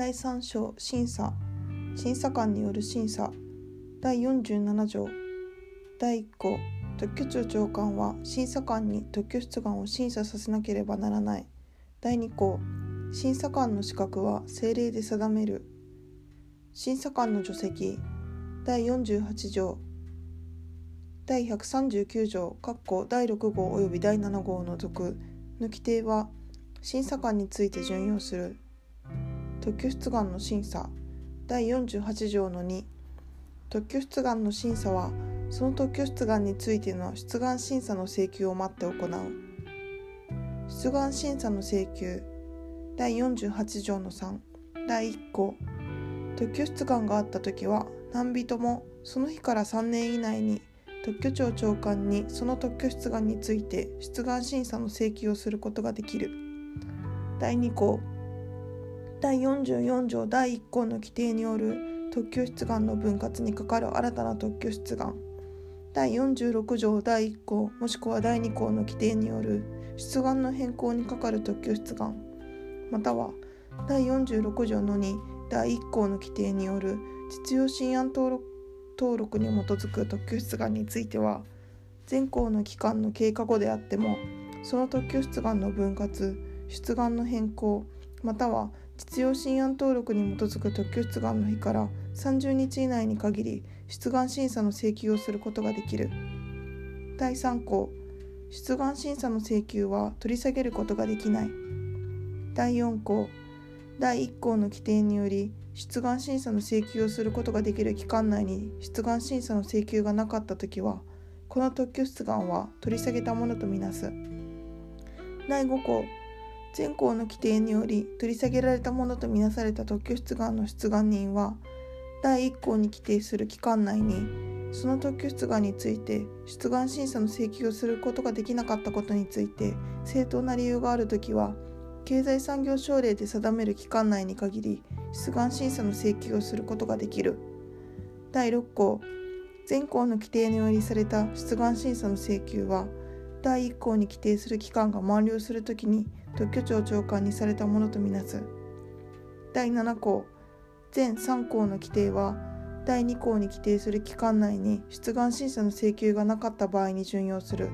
第3章審査官による審査第47条第1項特許庁長官は審査官に特許出願を審査させなければならない。第2項審査官の資格は政令で定める。審査官の除籍第48条第139条第6号及び第7号を除くの規定は審査官について準用する。特許出願の審査第48条の2特許出願の審査はその特許出願についての出願審査の請求を待って行う。出願審査の請求第48条の3第1項特許出願があったときは何人もその日から3年以内に特許庁長官にその特許出願について出願審査の請求をすることができる。第2項第44条第1項の規定による特許出願の分割に係る新たな特許出願第46条第1項もしくは第2項の規定による出願の変更に係る特許出願または第46条の2第1項の規定による実用新案登録に基づく特許出願については前項の期間の経過後であってもその特許出願の分割出願の変更または実用新案登録に基づく特許出願の日から30日以内に限り出願審査の請求をすることができる。第3項出願審査の請求は取り下げることができない。第4項第1項の規定により出願審査の請求をすることができる期間内に出願審査の請求がなかったときはこの特許出願は取り下げたものとみなす。第5項前項の規定により取り下げられたものとみなされた特許出願の出願人は第1項に規定する期間内にその特許出願について出願審査の請求をすることができなかったことについて正当な理由があるときは経済産業省令で定める期間内に限り出願審査の請求をすることができる。第6項前項の規定によりされた出願審査の請求は第1項に規定する期間が満了するときに特許庁長官にされたものとみなす。第7項前3項の規定は第2項に規定する期間内に出願審査の請求がなかった場合に準用する。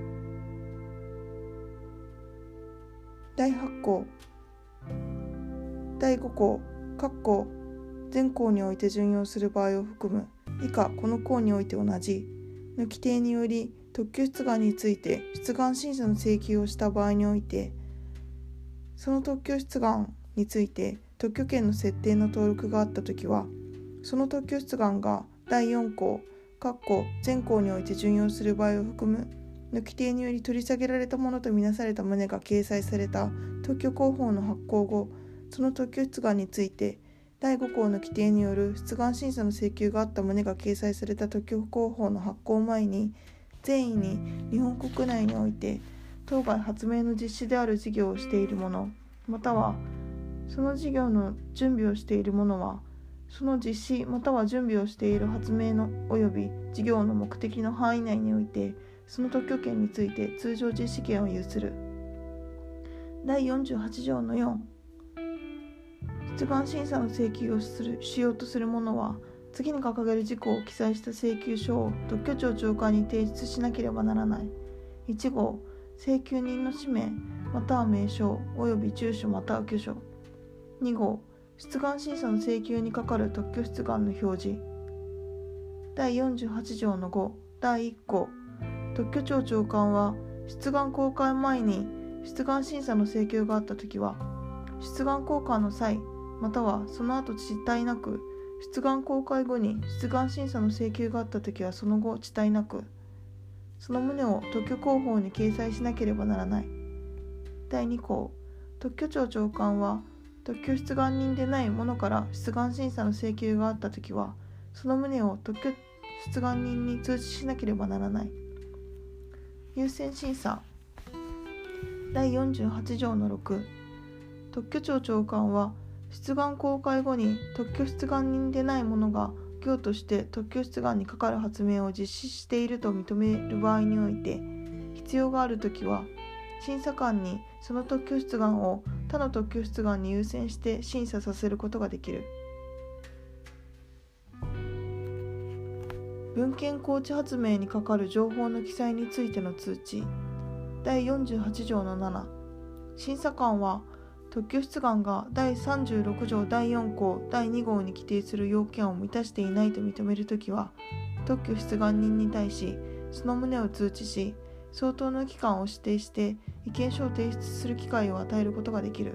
第8項第5項前項において準用する場合を含む以下この項において同じの規定により特許出願について出願審査の請求をした場合においてその特許出願について特許権の設定の登録があったときはその特許出願が第4項前項において準用する場合を含むの規定により取り下げられたものとみなされた旨が掲載された特許広報の発行後その特許出願について第5項の規定による出願審査の請求があった旨が掲載された特許広報の発行前に善意に日本国内において当該発明の実施である事業をしている者またはその事業の準備をしている者はその実施または準備をしている発明の及び事業の目的の範囲内においてその特許権について通常実施権を有する。第48条の4出願審査の請求をしようとする者は次に掲げる事項を記載した請求書を特許庁長官に提出しなければならない。1号請求人の氏名または名称及び住所または居所。2号出願審査の請求に係る特許出願の表示。第48条の5第1項特許庁長官は出願公開前に出願審査の請求があったときは出願公開の際またはその後遅滞なく出願公開後に出願審査の請求があったときはその後遅滞なくその旨を特許広報に掲載しなければならない。第2項特許庁長官は特許出願人でない者から出願審査の請求があったときはその旨を特許出願人に通知しなければならない。優先審査第48条の6特許庁長官は出願公開後に特許出願人でない者が業として特許出願に係る発明を実施していると認める場合において必要があるときは審査官にその特許出願を他の特許出願に優先して審査させることができる。文献高知発明にかかる情報の記載についての通知。第48条の7、審査官は特許出願が第36条第4項第2号に規定する要件を満たしていないと認めるときは、特許出願人に対しその旨を通知し、相当の期間を指定して意見書を提出する機会を与えることができる。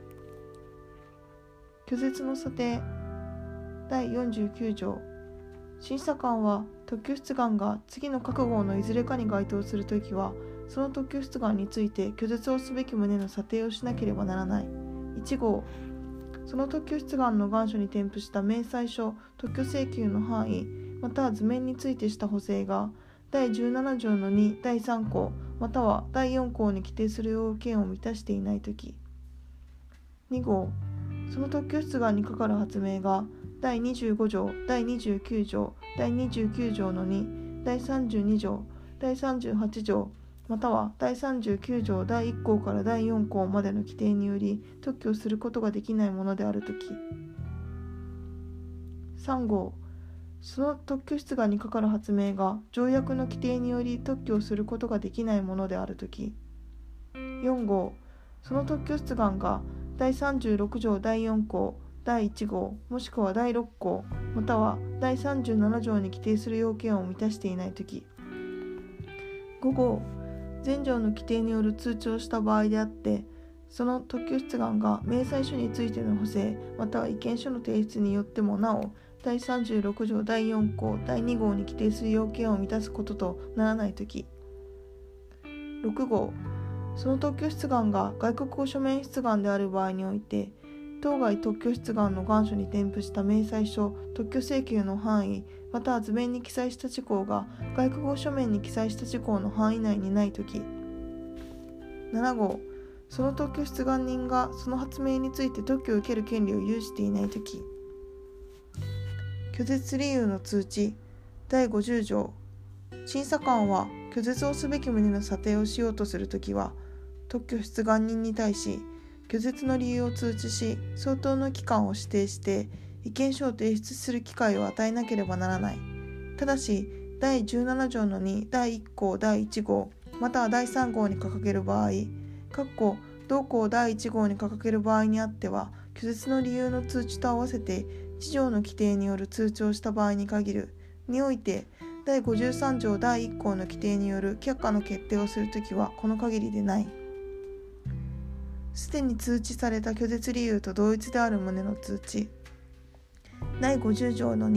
拒絶の査定。第49条、審査官は特許出願が次の各号のいずれかに該当するときは、その特許出願について拒絶をすべき旨の査定をしなければならない。1号、その特許出願の願書に添付した明細書、特許請求の範囲、または図面についてした補正が第17条の2第3項または第4項に規定する要件を満たしていないとき。2号、その特許出願にかかる発明が第25条、第29条、第29条の2、第32条、第38条、または第39条第1項から第4項までの規定により特許することができないものであるとき。3号、その特許出願にかかる発明が条約の規定により特許することができないものであるとき。4号、その特許出願が第36条第4項第1号もしくは第6項または第37条に規定する要件を満たしていないとき。5号、前条の規定による通知をした場合であって、その特許出願が明細書についての補正または意見書の提出によってもなお第36条第4項第2号に規定する要件を満たすこととならないとき。6号、その特許出願が外国語書面出願である場合において、当該特許出願の願書に添付した明細書、特許請求の範囲、または図面に記載した事項が外国語書面に記載した事項の範囲内にないとき。7号、その特許出願人がその発明について特許を受ける権利を有していないとき。拒絶理由の通知。第50条、審査官は拒絶をすべき旨の査定をしようとするときは、特許出願人に対し拒絶の理由を通知し、相当の期間を指定して意見書を提出する機会を与えなければならない。ただし、第17条の2第1項第1号または第3号に掲げる場合、同項第1号に掲げる場合にあっては、拒絶の理由の通知と合わせて次条の規定による通知をした場合に限るにおいて、第53条第1項の規定による却下の決定をするときはこの限りでない。すでに通知された拒絶理由と同一である旨の通知。第50条の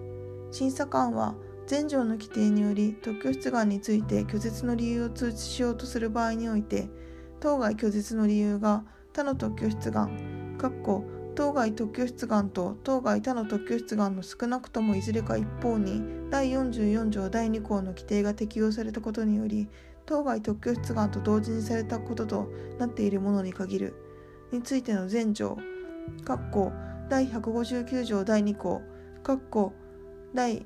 2、審査官は前条の規定により特許出願について拒絶の理由を通知しようとする場合において、当該拒絶の理由が他の特許出願当該特許出願と当該他の特許出願の少なくともいずれか一方に第44条第2項の規定が適用されたことにより、当該特許出願と同時にされたこととなっているものに限るについての前条第159条第2項第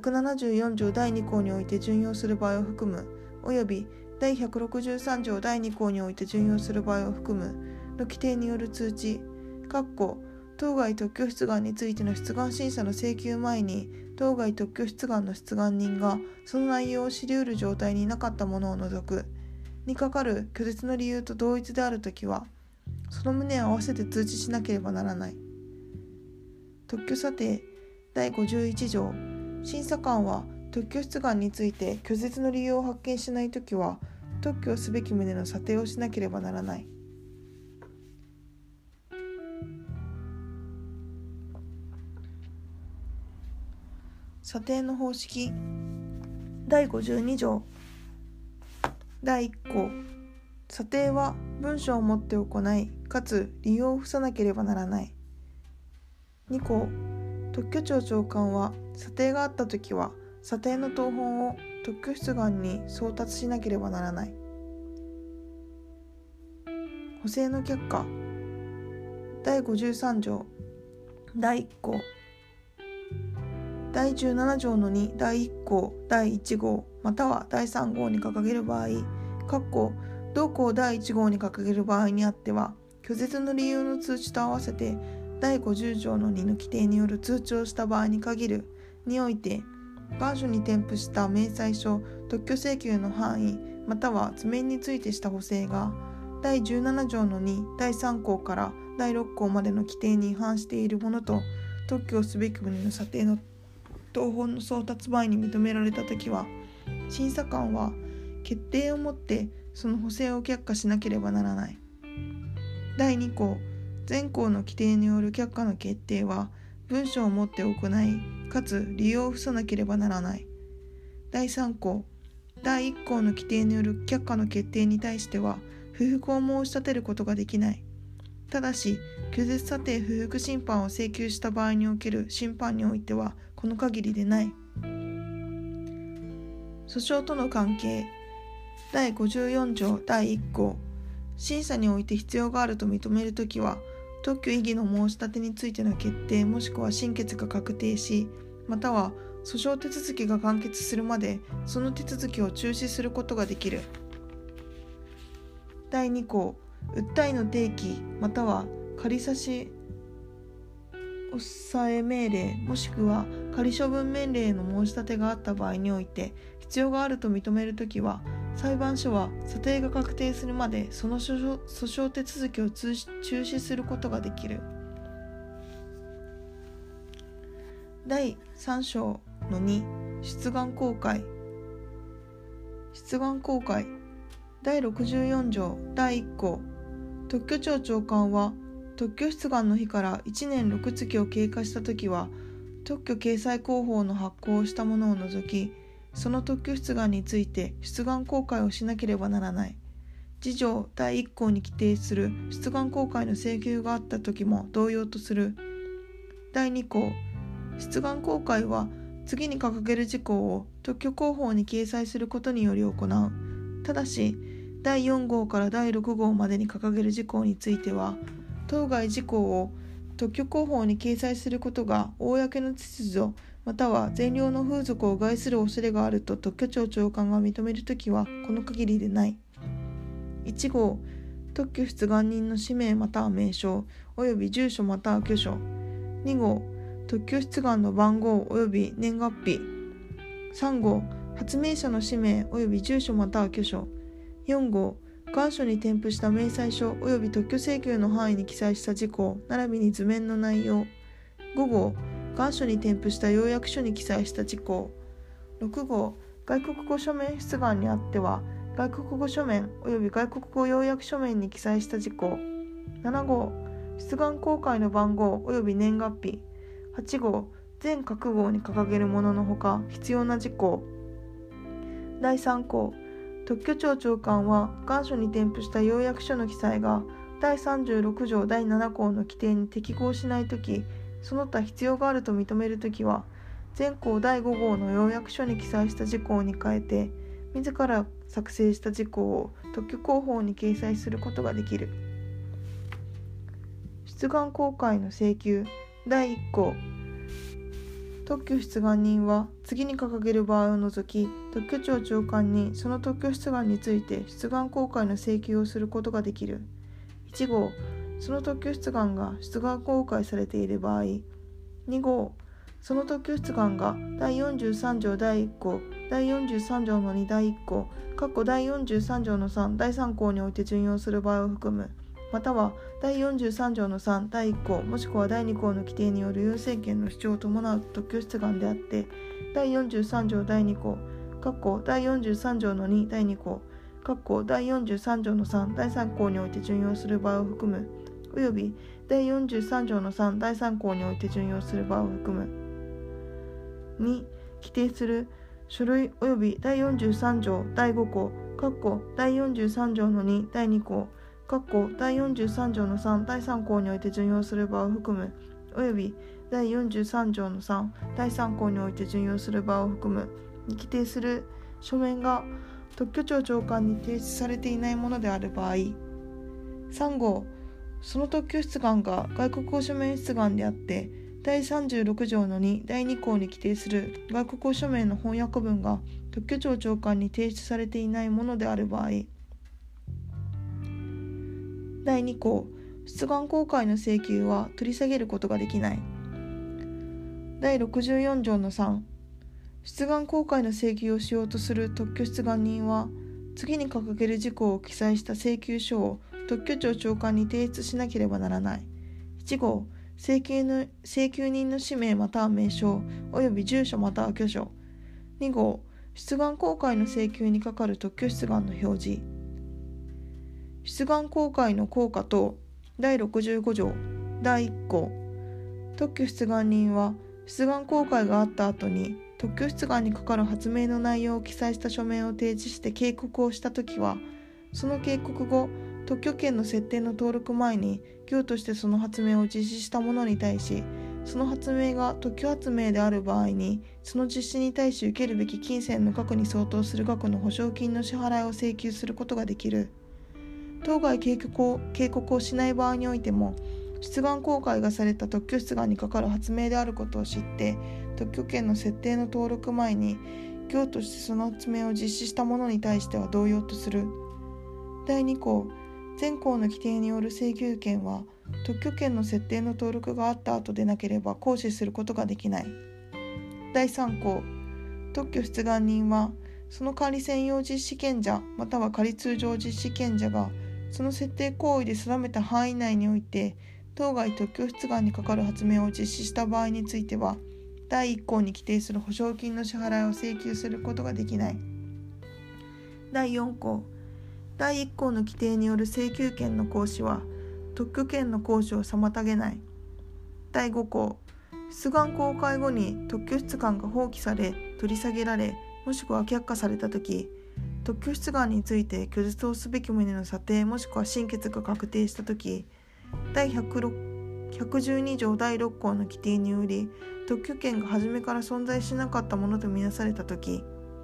174条第2項において準用する場合を含むおよび第163条第2項において準用する場合を含むの規定による通知当該特許出願についての出願審査の請求前に当該特許出願の出願人がその内容を知り得る状態になかったものを除くにかかる拒絶の理由と同一であるときは、その旨を合わせて通知しなければならない。特許査定第51条、審査官は特許出願について拒絶の理由を発見しないときは特許すべき旨の査定をしなければならない。査定の方式。第52条第1項、査定は文書をもって行い、かつ理由を付さなければならない。2項、特許庁長官は査定があったときは査定の謄本を特許出願に送達しなければならない。補正の却下。第53条第1項、第17条の2第1項第1号または第3号に掲げる場合、同項第1号に掲げる場合にあっては、 拒絶の理由の通知と合わせて第50条の2の規定による通知をした場合に限るにおいて、願書に添付した明細書、特許請求の範囲または図面についてした補正が第17条の2第3項から第6項までの規定に違反しているものと、特許をすべき旨の査定の東本の送達場合に認められたときは、審査官は決定をもってその補正を却下しなければならない。第2項、前項の規定による却下の決定は文書をもって行い、かつ理由を付さなければならない。第3項、第1項の規定による却下の決定に対しては不服を申し立てることができない。ただし、拒絶査定不服審判を請求した場合における審判においてはこの限りでない。訴訟との関係。第54条第1項、審査において必要があると認めるときは、特許異議の申し立てについての決定もしくは審決が確定し、または訴訟手続きが完結するまでその手続きを中止することができる。第2項、訴えの提起または仮差し押さえ命令もしくは仮処分命令の申し立てがあった場合において、必要があると認めるときは、裁判所は査定が確定するまでその訴訟手続きを中止することができる。第3章の2、出願公開。出願公開。第64条第1項、特許庁長官は特許出願の日から1年6月を経過したときは、特許掲載広報の発行をしたものを除き、その特許出願について出願公開をしなければならない。次条第1項に規定する出願公開の請求があったときも同様とする。第2項、出願公開は次に掲げる事項を特許広報に掲載することにより行う。ただし、第4号から第6号までに掲げる事項については、当該事項を特許広報に掲載することが公の秩序または善良の風俗を害する恐れがあると特許庁長官が認めるときはこの限りでない。1号、特許出願人の氏名または名称および住所または居所。2号、特許出願の番号および年月日。3号、発明者の氏名および住所または居所。4号、願書に添付した明細書および特許請求の範囲に記載した事項並びに図面の内容。5号、願書に添付した要約書に記載した事項。6号、外国語書面出願にあっては外国語書面および外国語要約書面に記載した事項。7号、出願公開の番号および年月日。8号、全各号に掲げるもののほか必要な事項。第3項、特許庁長官は願書に添付した要約書の記載が第36条第7項の規定に適合しないとき、その他必要があると認めるときは、前項第5号の要約書に記載した事項に変えて、自ら作成した事項を特許広報に掲載することができる。出願公開の請求。第1項、特許出願人は次に掲げる場合を除き、特許庁長官にその特許出願について出願公開の請求をすることができる。1号、その特許出願が出願公開されている場合。2号、その特許出願が第43条第1項、第43条の2第1項、第43条の3第3項において準用する場合を含む。または第43条の3第1項もしくは第2項の規定による優先権の主張を伴う特許出願であって、第43条第2項、第43条の2第2項、第43条の3第3項において準用する場合を含む、および第43条の3第3項において準用する場合を含む。2、規定する書類および第43条第5項、第43条の2第2項、第43条の3第3項において準用する場合を含む、および第43条の3第3項において準用する場合を含むに規定する書面が特許庁長官に提出されていないものである場合。3号、その特許出願が外国語書面出願であって第36条の2第2項に規定する外国語書面の翻訳文が特許庁長官に提出されていないものである場合。第2項、 出願公開の請求は取り下げることができない。第64条の3、出願公開の請求をしようとする特許出願人は、次に掲げる事項を記載した請求書を特許庁長官に提出しなければならない。1号、請求人の氏名または名称及び住所または居所。2号、出願公開の請求に係る特許出願の表示。出願公開の効果等第65条第1項、特許出願人は出願公開があった後に特許出願に係る発明の内容を記載した書面を提示して警告をしたときは、その警告後、特許権の設定の登録前に業としてその発明を実施した者に対し、その発明が特許発明である場合に、その実施に対し受けるべき金銭の額に相当する額の保証金の支払いを請求することができる。当該警告をしない場合においても、出願公開がされた特許出願に係る発明であることを知って、特許権の設定の登録前に業としてその発明を実施した者に対しては同様とする。第2項、前項の規定による請求権は特許権の設定の登録があった後でなければ行使することができない。第3項、特許出願人はその管理専用実施権者または仮通常実施権者がその設定行為で定めた範囲内において当該特許出願に係る発明を実施した場合については、第1項に規定する保証金の支払いを請求することができない。第4項、第1項の規定による請求権の行使は特許権の行使を妨げない。第5項、出願公開後に特許出願が放棄され取り下げられもしくは却下されたとき、特許出願について拒絶をすべき旨の査定もしくは審決が確定したとき、第112条第6項の規定により特許権が初めから存在しなかったものとみなされたとき、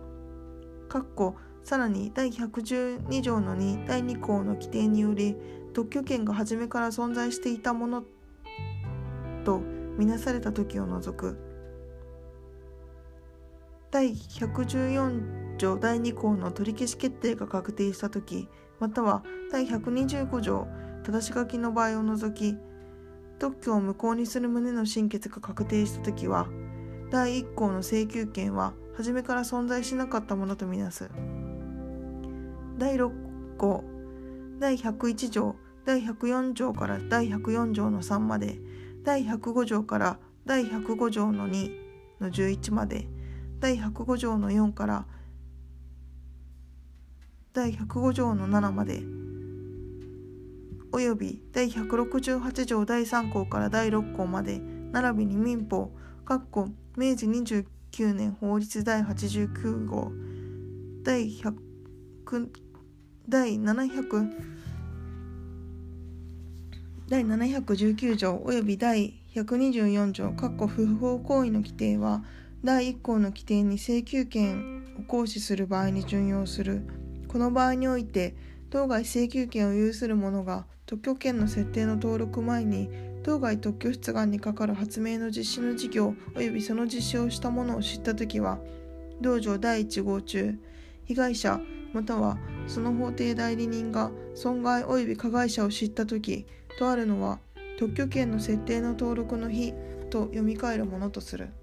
さらに第112条の2第2項の規定により特許権が初めから存在していたものとみなされたときを除く。第114条第2項の取り消し決定が確定したとき、または第125条正し書きの場合を除き、特許を無効にする旨の審決が確定したときは、第1項の請求権は初めから存在しなかったものとみなす。第6項、第101条、第104条から第104条の3まで、第105条から第105条の2の11まで、第105条の4から第105条の7まで、および第168条第3項から第6項まで、並びに民法明治29年法律第89号第719条および第124条不法行為の規定は第1項の規定に請求権を行使する場合に準用する。この場合において当該請求権を有する者が特許権の設定の登録前に当該特許出願に係る発明の実施の事業及びその実施をした者を知ったときは、同条第1号中、被害者またはその法定代理人が損害及び加害者を知ったときとあるのは、特許権の設定の登録の日と読み替えるものとする。